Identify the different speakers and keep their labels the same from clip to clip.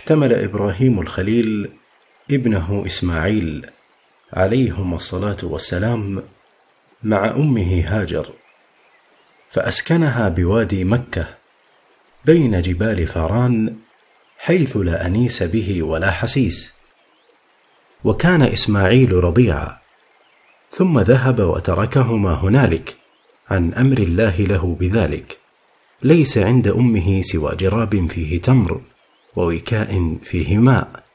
Speaker 1: احتمل إبراهيم الخليل ابنه إسماعيل عليهما الصلاة والسلام مع أمه هاجر، فأسكنها بوادي مكة بين جبال فاران، حيث لا أنيس به ولا حسيس. وكان إسماعيل رضيعا، ثم ذهب وتركهما هنالك عن أمر الله له بذلك، ليس عند أمه سوى جراب فيه تمر ووكاء فيه ماء.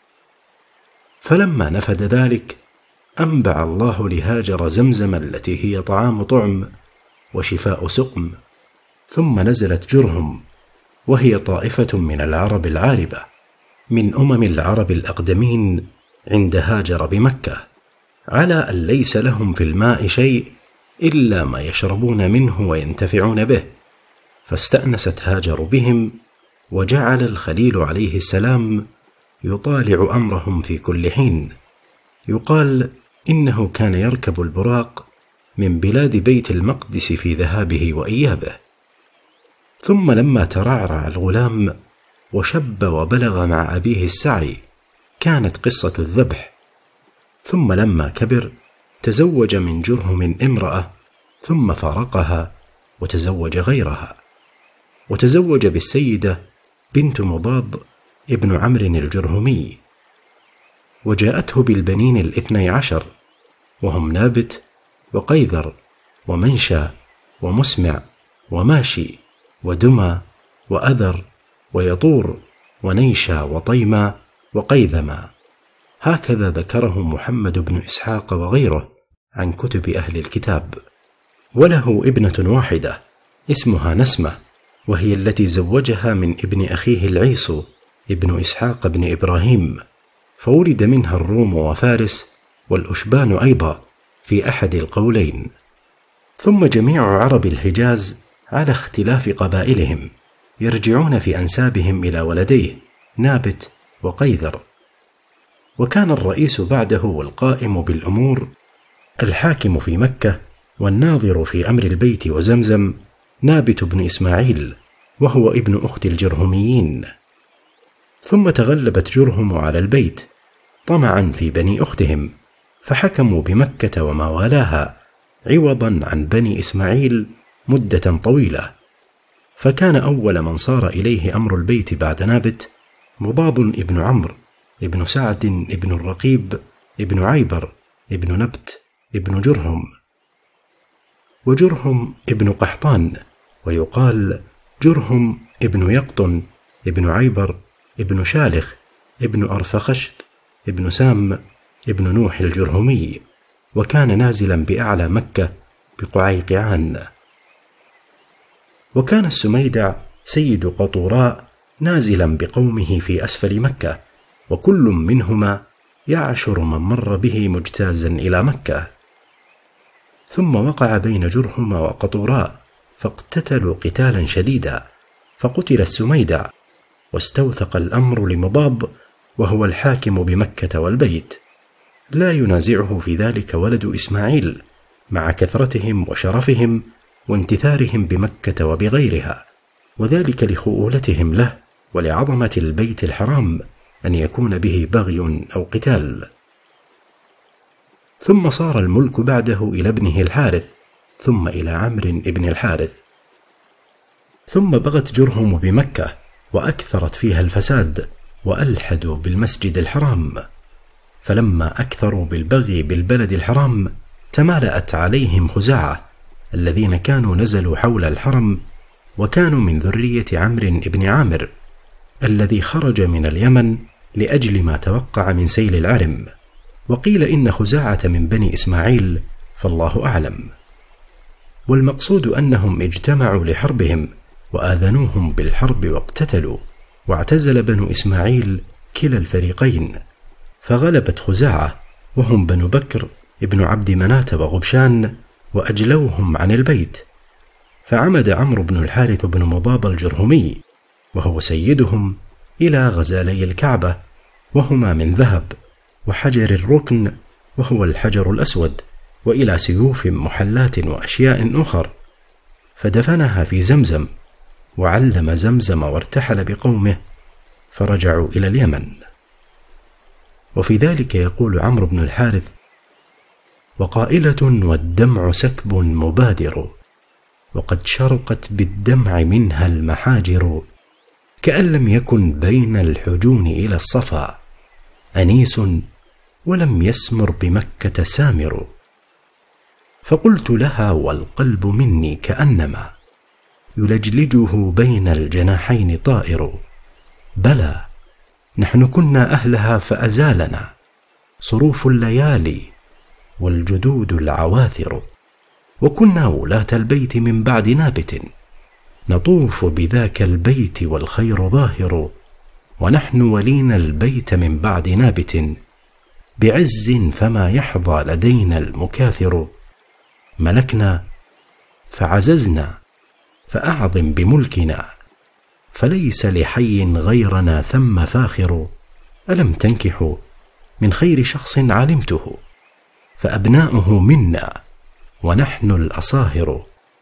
Speaker 1: فلما نفد ذلك أنبع الله لهاجر زمزم التي هي طعام طعم وشفاء سقم. ثم نزلت جرهم، وهي طائفة من العرب العاربة من أمم العرب الأقدمين عند هاجر بمكة، على أن ليس لهم في الماء شيء إلا ما يشربون منه وينتفعون به. فاستأنست هاجر بهم، وجعل الخليل عليه السلام يطالع أمرهم في كل حين. يقال إنه كان يركب البراق من بلاد بيت المقدس في ذهابه وإيابه. ثم لما ترعرع الغلام وشب وبلغ مع أبيه السعي كانت قصة الذبح. ثم لما كبر تزوج من جرهم امرأة، ثم فارقها وتزوج غيرها، وتزوج بالسيدة بنت مضاد ابن عمرو الجرهمي، وجاءته بالبنين 12 وهم نابت وقيذر ومنشى ومسمع وماشي ودمى وأذر ويطور ونيشى وطيمى وقيذما. هكذا ذكره محمد بن إسحاق وغيره عن كتب أهل الكتاب. وله ابنة واحدة اسمها نسمة، وهي التي زوجها من ابن أخيه العيسو ابن إسحاق بن إبراهيم، فولد منها الروم وفارس والأشبان أيضا في أحد القولين. ثم جميع عرب الحجاز على اختلاف قبائلهم يرجعون في أنسابهم إلى ولديه نابت وقيذر. وكان الرئيس بعده والقائم بالأمور الحاكم في مكة والناظر في أمر البيت وزمزم نابت بن إسماعيل، وهو ابن أخت الجرهميين. ثم تغلبت جرهم على البيت طمعا في بني أختهم، فحكموا بمكة وما والاها عوضا عن بني إسماعيل مدة طويلة. فكان أول من صار إليه أمر البيت بعد نابت مضاد ابن عمرو ابن سعد ابن الرقيب ابن عيبر ابن نبت ابن جرهم، وجرهم ابن قحطان، ويقال جرهم ابن يقطن ابن عيبر ابن شالخ ابن أرفخشت ابن سام ابن نوح الجرهمي، وكان نازلا بأعلى مكة بقعيقعان. وكان السميدع سيد قطوراء نازلا بقومه في أسفل مكة، وكل منهما يعشر من مر به مجتازا إلى مكة. ثم وقع بين جرهما وقطوراء فاقتتلوا قتالا شديدا، فقتل السميدع، واستوثق الأمر لمضاد وهو الحاكم بمكة والبيت، لا ينازعه في ذلك ولد إسماعيل مع كثرتهم وشرفهم وانتثارهم بمكة وبغيرها، وذلك لخؤولتهم له ولعظمة البيت الحرام أن يكون به بغي أو قتال. ثم صار الملك بعده إلى ابنه الحارث، ثم إلى عمرو ابن الحارث. ثم بغت جرهم بمكة وأكثرت فيها الفساد، وألحدوا بالمسجد الحرام. فلما أكثروا بالبغي بالبلد الحرام تمالأت عليهم خزاعة الذين كانوا نزلوا حول الحرم، وكانوا من ذرية عمرو ابن عامر الذي خرج من اليمن لأجل ما توقع من سيل العرم. وقيل إن خزاعة من بني إسماعيل، فالله أعلم. والمقصود أنهم اجتمعوا لحربهم وآذنوهم بالحرب واقتتلوا، واعتزل بنو إسماعيل كلا الفريقين، فغلبت خزاعة وهم بنو بكر ابن عبد مناة وغبشان، وأجلوهم عن البيت. فعمد عمرو بن الحارث بن مضاد الجرهمي وهو سيدهم إلى غزالي الكعبة، وهما من ذهب، وحجر الركن وهو الحجر الأسود، وإلى سيوف محلات وأشياء أخر، فدفنها في زمزم، وعلم زمزم وارتحل بقومه، فرجعوا إلى اليمن. وفي ذلك يقول عمرو بن الحارث: وقائلة والدمع سكب مبادر، وقد شرقت بالدمع منها المحاجر، كأن لم يكن بين الحجون إلى الصفا أنيس، ولم يسمر بمكة سامر. فقلت لها والقلب مني كأنما يلجلجه بين الجناحين طائر، بلى نحن كنا أهلها فأزالنا صروف الليالي والجدود العواثر، وكنا ولاة البيت من بعد نابت، نطوف بذاك البيت والخير ظاهر، ونحن ولينا البيت من بعد نابت، بعز فما يحظى لدينا المكاثر، ملكنا فعززنا فأعظم بملكنا، فليس لحي غيرنا ثم فاخر، ألم تنكحوا من خير شخص علمته، فأبناؤه منا ونحن الأصاهر،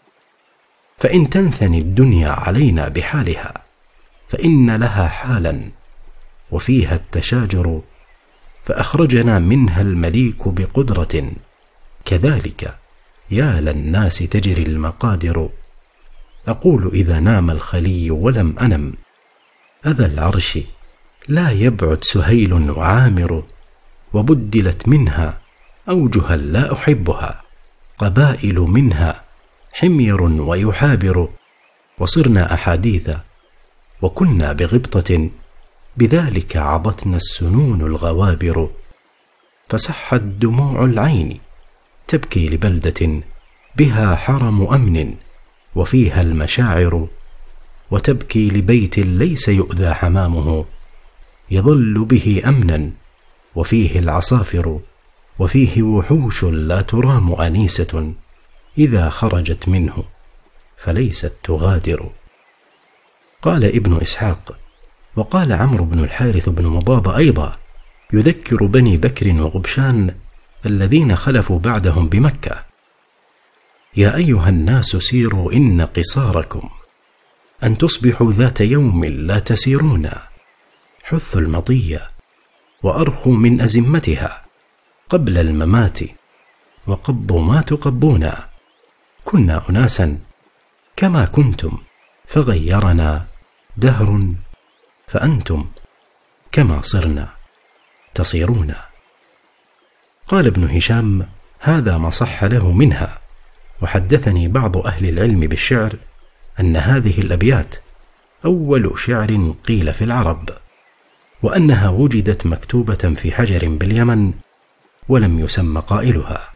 Speaker 1: فإن تنثني الدنيا علينا بحالها، فإن لها حالا وفيها التشاجر، فأخرجنا منها المليك بقدرة، كذلك يا للناس تجري المقادر. أقول إذا نام الخلي ولم أنم، أذى العرش لا يبعد سهيل وعامر، وبدلت منها أوجها لا أحبها، قبائل منها حمير ويحابر، وصرنا أحاديث وكنا بغبطة، بذلك عضتنا السنون الغوابر، فسحت دموع العين تبكي لبلدة بها حرم أمن وفيها المشاعر، وتبكي لبيت ليس يؤذى حمامه، يظل به أمنا وفيه العصافر، وفيه وحوش لا ترام أنيسة، إذا خرجت منه فليست تغادر. قال ابن إسحاق: وقال عمرو بن الحارث بن مضاض أيضا يذكر بني بكر وغبشان الذين خلفوا بعدهم بمكة: يا أيها الناس سيروا إن قصاركم أن تصبحوا ذات يوم لا تسيرون، حثوا المطية وأرخوا من أزمتها قبل الممات، وقبوا ما تقبون، كنا أناسا كما كنتم، فغيرنا دهر، فأنتم كما صرنا تصيرون. قال ابن هشام: هذا ما صح له منها. وحدثني بعض أهل العلم بالشعر أن هذه الأبيات أول شعر قيل في العرب، وأنها وجدت مكتوبة في حجر باليمن ولم يسم قائلها.